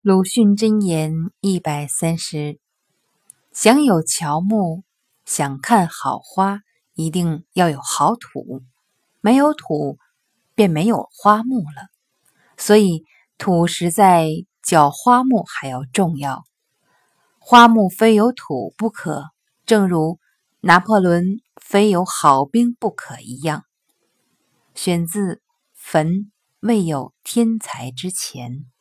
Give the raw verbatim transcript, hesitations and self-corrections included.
鲁迅箴言一百三十：想有乔木，想看好花，一定要有好土，没有土，便没有花木了。所以土实在较花木还要重要，花木非有土不可，正如拿破仑非有好兵不可一样。选自《坟未有天才之前》。